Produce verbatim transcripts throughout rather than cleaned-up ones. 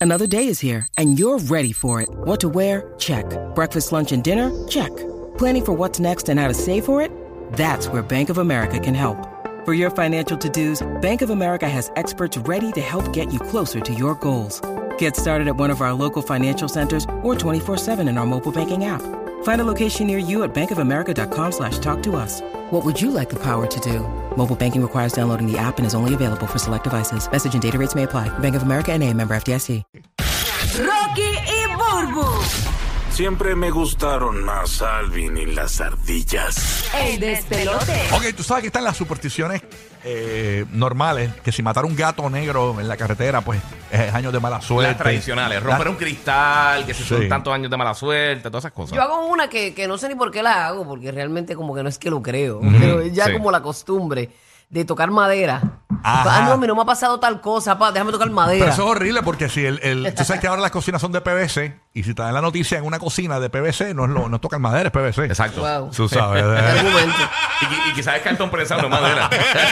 Another day is here, and you're ready for it. What to wear? Check. Breakfast, lunch, and dinner? Check. Planning for what's next and how to save for it? That's where Bank of America can help. For your financial to-dos, Bank of America has experts ready to help get you closer to your goals. Get started at one of our local financial centers or twenty-four seven in our mobile banking app. Find a location near you at bankofamerica.com slash talk to us. What would you like the power to do? Mobile banking requires downloading the app and is only available for select devices. Message and data rates may apply. Bank of America N A, member F D I C. Rocky y Burbu. Siempre me gustaron más Alvin y las ardillas. El despelote. Ok, tú sabes que están las supersticiones eh, normales, que si matar un gato negro en la carretera, pues es años de mala suerte. Las tradicionales, romper Las- un cristal, que si Sí. son tantos años de mala suerte, todas esas cosas. Yo hago una que, que no sé ni por qué la hago, porque realmente como que no es que lo creo, Ujú, pero es ya sí. como la costumbre de tocar madera. Ajá. Ah, no, a mí no me ha pasado tal cosa, pa, déjame tocar madera. Pero eso es horrible porque si el, el tú sabes que ahora las cocinas son de P V C y si te dan la noticia en una cocina de P V C, no es lo, no tocan madera, es P V C. Exacto. Wow. Tú sabes. Qué eh. argumento. Y, qui- y quizás es cartón prensado, no madera.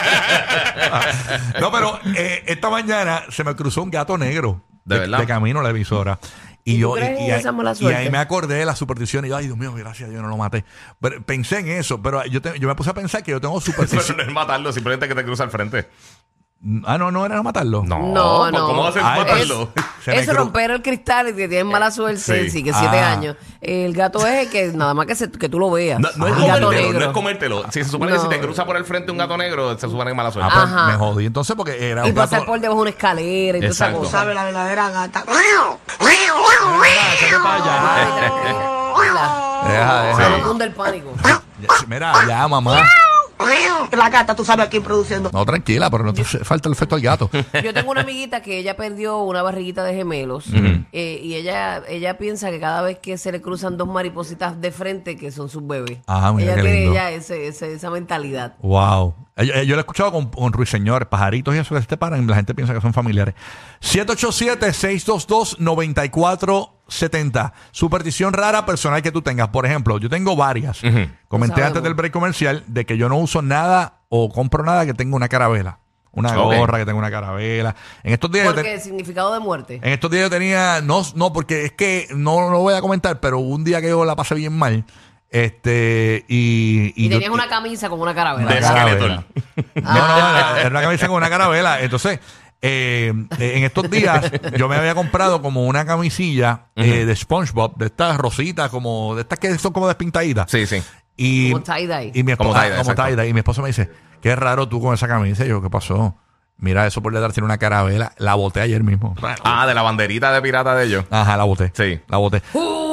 No, pero eh, esta mañana se me cruzó un gato negro ¿De verdad? de camino a la emisora. Y, ¿Y tú yo crees y, en y ahí- esa mala y suerte? ahí me acordé de la superstición y yo, ay Dios mío, gracias a Dios no lo maté. Pero pensé en eso, pero yo, te- yo me puse a pensar que yo tengo Pero superstición. no es matarlo, simplemente que te cruza al frente. Ah, no, no era no matarlo. No, No, pues, no. ¿cómo vas a Ay, matarlo? Se me Eso cru- romper el cristal y que tienes mala suerte, sí, Sí. que siete Ah. años. El gato es el que nada más que, se- que tú lo veas. No, no es el gato comértelo, negro. no es comértelo. Si se supone No. que si te cruza por el frente un gato negro, se supone que es mala Ah, suerte. pues, Ajá. me jodí entonces porque era Y un pasar gato. por debajo de una escalera y toda esa Exacto. cosa. Sabe la verdadera gata. Échate para allá. Deja, deja. Se me cunde el pánico. Ya, mira, ya, mamá. La gata, tú sabes, aquí produciendo. No, tranquila, pero no te hace falta el efecto al gato. Yo tengo una amiguita que ella perdió una barriguita de gemelos eh, y ella ella piensa que cada vez que se le cruzan dos maripositas de frente que son sus bebés. Ah, mira ella qué tiene lindo. ya ese, ese- esa mentalidad. Wow. Yo, yo lo he escuchado con, con ruiseñores, pajaritos y eso que se te paran y la gente piensa que son familiares. siete ocho siete, seis dos dos, nueve cuatro siete cero. Superstición rara personal que tú tengas. Por ejemplo, yo tengo varias. Comenté Sabemos. antes del break comercial de que yo no uso nada o compro nada que tenga una carabela. Una Ok. gorra que tenga una carabela. En estos días yo Porque te- el significado de muerte. en estos días yo tenía, no, no, porque es que no lo voy a comentar, pero hubo un día que yo la pasé bien mal. Este, y. Y, yo- tenías una camisa con una carabela. De Una esqueleto. carabela. No, no, era, era una camisa con una carabela. Entonces, eh, eh, en estos días, yo me había comprado como una camisilla eh, de SpongeBob, de estas rositas, como de estas que son como despintaditas. Sí, sí. Y, Como tie-dye. y mi Como esposa, tie-dye, como exacto. tie-dye. Y mi esposo me dice, qué raro tú con esa camisa. Y yo, ¿qué pasó? Mira, eso por detrás tiene una carabela. La boté ayer mismo. Ah, de la banderita de pirata de ellos. Ajá, la boté. Sí. La boté.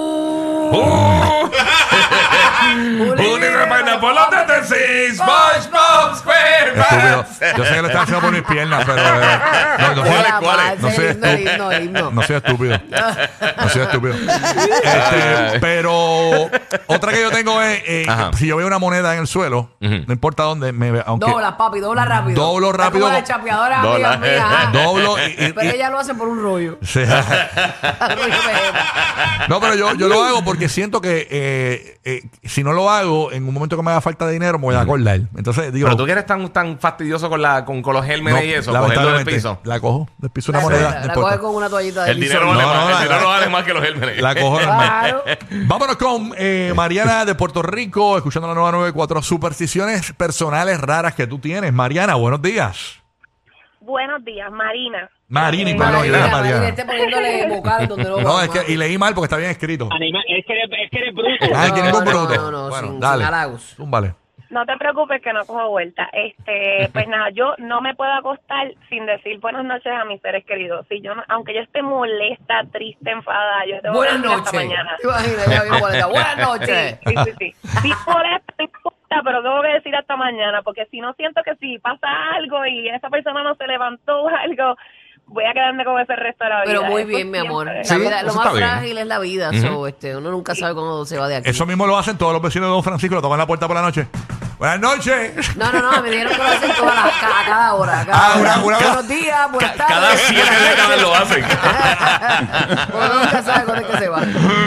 Unido por los Tetris, SpongeBob Estúpido. SquarePants. Yo sé que lo están haciendo por mis piernas, pero eh, no, no, soy, Hola, ¿cuáles? pa, no soy ese himno, estúpido. himno, himno. no soy estúpido. No soy estúpido. Este, pero otra que yo tengo es, eh, Ajá. si yo veo una moneda en el suelo, no importa dónde, me, aunque Dobla, papi, dobla rápido. Doblo Está rápido como la con- chapeadora Dobla. amiga mía, ajá. doblo y- y- Pero y- ella lo hace por un rollo. o sea, Rollo vegeta. no, pero yo, yo lo hago porque siento que eh, eh, si no lo hago, en un momento que me haga falta de dinero, me voy a acordar. Entonces digo, Pero tú que eres tan, tan fastidioso con, la, con, con los gérmenes y eso, cogerlo del lamentablemente, piso. la cojo, del piso una La, moneda. la no importa. coge con una toallita de El dinero Lysol. vale No, más, no, el la- dinero la- vale más que los gérmenes. La cojo normal. Claro. Vámonos con eh, Mariana de Puerto Rico, escuchando la nueva noventa y cuatro. Supersticiones personales raras que tú tienes. Mariana, buenos días. Buenos días, Marina. Marina, Eh, perdón, yo Marina, dije Marina, Mariana. esté poniéndole vocal donde no No, va, es que, mami. y leí mal porque está bien escrito. Anima- es que eres, es que eres bruto. Ah, que ningún no, bruto. no, no, bueno, sin- dale. sin halagos. Túmbale. No te preocupes que no cojo vuelta. Este, pues nada, yo no me puedo acostar sin decir buenas noches a mis seres queridos. Si yo, no- aunque yo esté molesta, triste, enfadada, yo tengo Buenas que decir hasta noches. mañana. ¿Te imaginas? Ella bien molesta. Buenas noches. Sí, sí, sí. Sí, molesta, no importa, pero tengo que decir hasta mañana, porque si no siento que si pasa algo y esa persona no se levantó o algo, voy a quedarme con ese resto de la vida. Pero muy Eso bien, mi amor. siempre. La Sí, vida- lo eso más está bien. frágil es la vida. so, este, uno nunca sabe cuándo se va de aquí. Eso mismo lo hacen todos los vecinos de Don Francisco, lo tocan la puerta por la noche. Buenas noches. No, no, no, me dijeron que lo hacen todas las, ca- a cada hora. A cada Ah, hora. una- una- Buenos días, buenas Ca- tardes. Cada siete buenas décadas noches. lo hacen. Uno nunca sabe cuándo es que se va. Tú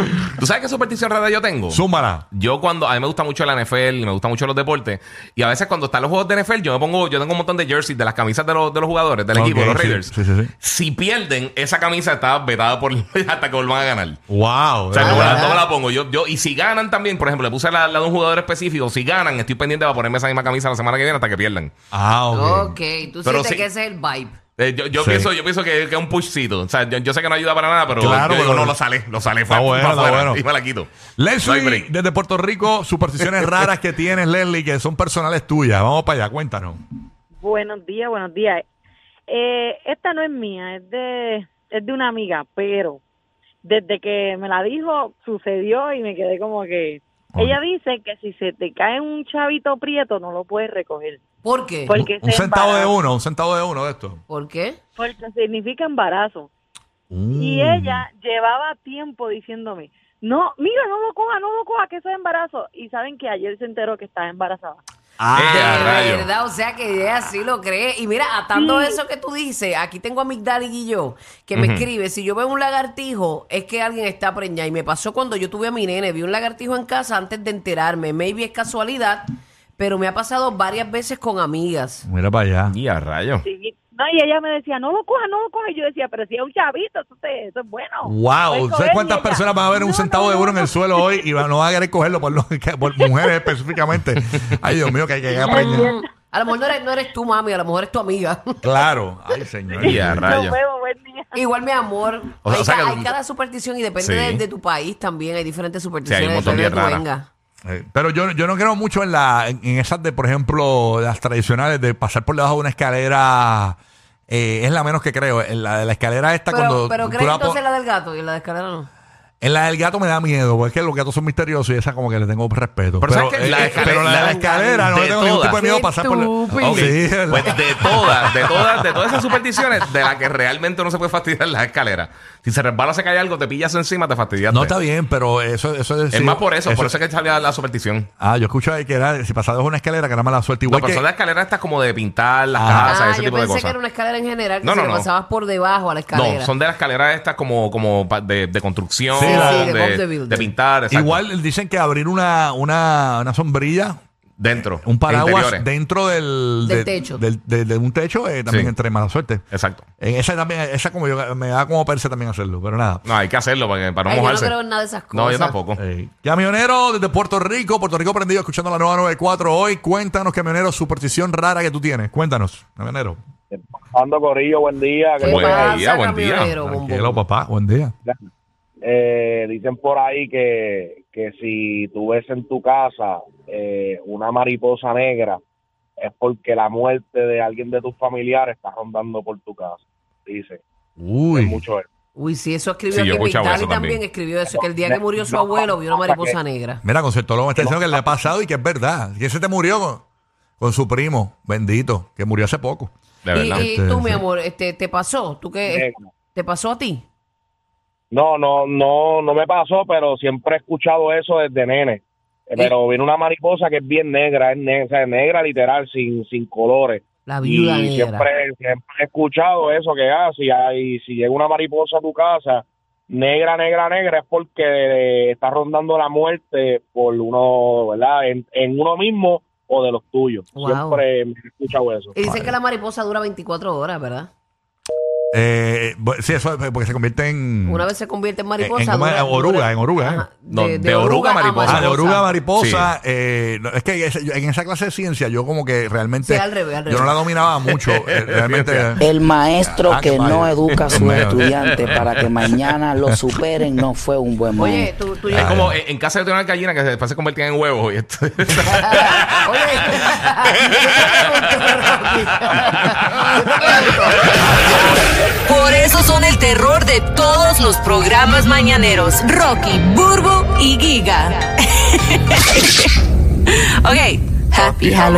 sabes qué superstición rara yo tengo? Súmala. Yo cuando, a mí me gusta mucho la N F L y me gustan mucho los deportes, y a veces cuando están los juegos de N F L, yo me pongo, yo tengo un montón de jerseys de las camisas de los, de los jugadores, del Okay, equipo, los sí, Raiders. sí, sí, sí. Si pierden, esa camisa está vetada por hasta que vuelvan a ganar. Wow. O sea, Ah, no, me la, ¿verdad? no me la pongo. Yo, yo, y si ganan también, por ejemplo, le puse la, la de un jugador específico, si ganan, estoy pendiente de ponerme esa misma camisa la semana que viene hasta que pierdan. Ah, ok. Ok, tú Pero sientes sí. que ese es el vibe. Eh, yo yo Sí. pienso, yo pienso que, que es un pushcito. O sea, yo, yo sé que no ayuda para nada, pero Claro, yo digo, pero- no, lo sale, lo sale. Está Fue bueno, para está afuera bueno. y me la quito. No hay Leslie, break. desde Puerto Rico, supersticiones raras que tienes, Leslie, que son personales tuyas. Vamos para allá, cuéntanos. Buenos días, buenos días. Eh, esta no es mía, es de es de una amiga, pero desde que me la dijo sucedió y me quedé como que... Oye. Ella dice que si se te cae un chavito prieto no lo puedes recoger. ¿Por qué? Porque Un se centavo de embaraza. uno, un centavo de uno de esto. ¿Por qué? Porque significa embarazo. Mm. Y ella llevaba tiempo diciéndome, no, mira, no lo coja, no lo coja, que eso es embarazo. Y saben que ayer se enteró que estaba embarazada. Ah, Eh, a De rayo. verdad, o sea que ella sí lo cree. Y mira, atando Sí. eso que tú dices, aquí tengo a Migdal y yo que me Ujú. escribe, si yo veo un lagartijo, es que alguien está preñada. Y me pasó cuando yo tuve a mi nene, vi un lagartijo en casa antes de enterarme. Maybe es casualidad, pero me ha pasado varias veces con amigas. Mira para allá. Y a rayo. Sí. No, y ella me decía, no lo coja, no lo coja. Y yo decía, pero si es un chavito, eso, te- eso es bueno. Wow, Puedes ¿sabes coger, cuántas y ella, personas van a ver un "No, centavo no, de no, uno en no". el suelo hoy y van- no van a querer cogerlo por, los- por mujeres específicamente? Ay, Dios mío, que hay que llegar preñada. A lo mejor no eres, no eres tu mami, a lo mejor es tu amiga. Claro. Ay, señor. Y a rayo. Nos vemos, buen día. Igual, mi amor. O sea, hay, o sea ca- que- hay cada superstición y depende Sí. de, de tu país también. Hay diferentes Sí, supersticiones. hay un montón depende de bien tu raras. venga. Eh, Pero yo, yo no creo mucho en la en, en esas de, por ejemplo, las tradicionales de pasar por debajo de una escalera. Eh, es la menos que creo. En la de la escalera esta, Pero, cuando. pero tú ¿crees la entonces po- en la del gato y en la de escalera no? En la del gato me da miedo, porque es que los gatos son misteriosos y esa como que le tengo respeto. Pero Pero, ¿sabes qué? eh, La eh, escalera- pero la de la la- escalera no de le tengo ningún todas. tipo de miedo a pasar por la. Estúpido. Ok, Sí, es verdad. pues de todas, de todas, de todas esas supersticiones, de las que realmente no se puede fastidiar en las escaleras. Si se resbala, se cae algo, te pillas encima, te fastidiaste. No está bien, pero eso, eso es. Es sí, más por eso, por eso es que sale la superstición. Ah, yo escucho ahí que era, si pasaba debajo de una escalera, que era mala suerte. No, Igual pero que. son las escaleras estas como de pintar las Ah. casas, Ah, ese yo tipo de pensé cosas. que era una escalera en general, que No, si no, le no. pasabas por debajo a la escalera. No, son de las escaleras estas como, como pa- de, de construcción, Sí, la- Sí, de de, Bob the Builder. de pintar, exacto. Igual dicen que abrir una, una, una sombrilla, dentro. un paraguas interiores. dentro del, Del de- techo. del- de, de un techo, eh, también Sí. entre mala suerte. Exacto. En esa también, esa como yo, me da como perse también hacerlo, pero nada. No, hay que hacerlo para, para no Ay, yo no mojarse. creo en nada de esas cosas. No, yo tampoco. Eh, camionero desde Puerto Rico, Puerto Rico prendido, escuchando la nueva noventa y cuatro hoy. Cuéntanos, camionero, superstición rara que tú tienes. Cuéntanos, camionero. Ando Corillo, buen día. ¿Qué Buen pasa, día, buen día. camionero, bombón? Tranquilo, papá, buen día. Eh, dicen por ahí que, que si tú ves en tu casa eh, una mariposa negra es porque la muerte de alguien de tus familiares está rondando por tu casa. Dice. Uy. Es mucho eso. Uy, sí, eso escribió Sí, yo he aquí. escuchado Vitali eso también. también. escribió eso, que el día que murió su No, abuelo vio una pasa mariposa que- negra. Mira, conceptólogo me está diciendo que le ha pasado y que es verdad. ¿Quién se te murió con, con su primo? Bendito, que murió hace poco. De Y, verdad. y Este, tú, mi sí. amor, este, ¿te pasó? ¿Tú qué? Negra. ¿Te pasó a ti? No, no, no, no me pasó, pero siempre he escuchado eso desde nene. Eh, Pero viene una mariposa que es bien negra, es negra, o sea, negra literal, sin, sin colores. La viuda y negra. siempre, siempre he escuchado eso, que ah, si, hay, si llega una mariposa a tu casa, negra, negra, negra, es porque eh, está rondando la muerte por uno, ¿verdad? En, en uno mismo o de los tuyos. Wow. Siempre he escuchado eso. Y dicen que la mariposa dura veinticuatro horas, ¿verdad? Eh, bu- sí, eso es porque se convierte en. Una vez se convierte en en, mariposa. en, dura- oruga, dura- en oruga. ¿eh? Ajá, No, de oruga a mariposa. Ah, de oruga a mariposa. eh, no, es que ese- yo- en esa clase de ciencia yo como que realmente Sí, al revés, al yo revés. no la dominaba mucho. eh, realmente. El maestro Ah, qué que mal. no educa a sus Mejor. estudiantes para que mañana lo superen no fue un buen Oye, maestro. tú, tú Es ya- como en, en casa de una gallina que después se convertían en huevos. Y esto- Oye, yo te pregunto, Rocky. Yo te pregunto. Por eso son el terror de todos los programas mañaneros. Rocky, Burbu y Giga. Ok, happy Halloween.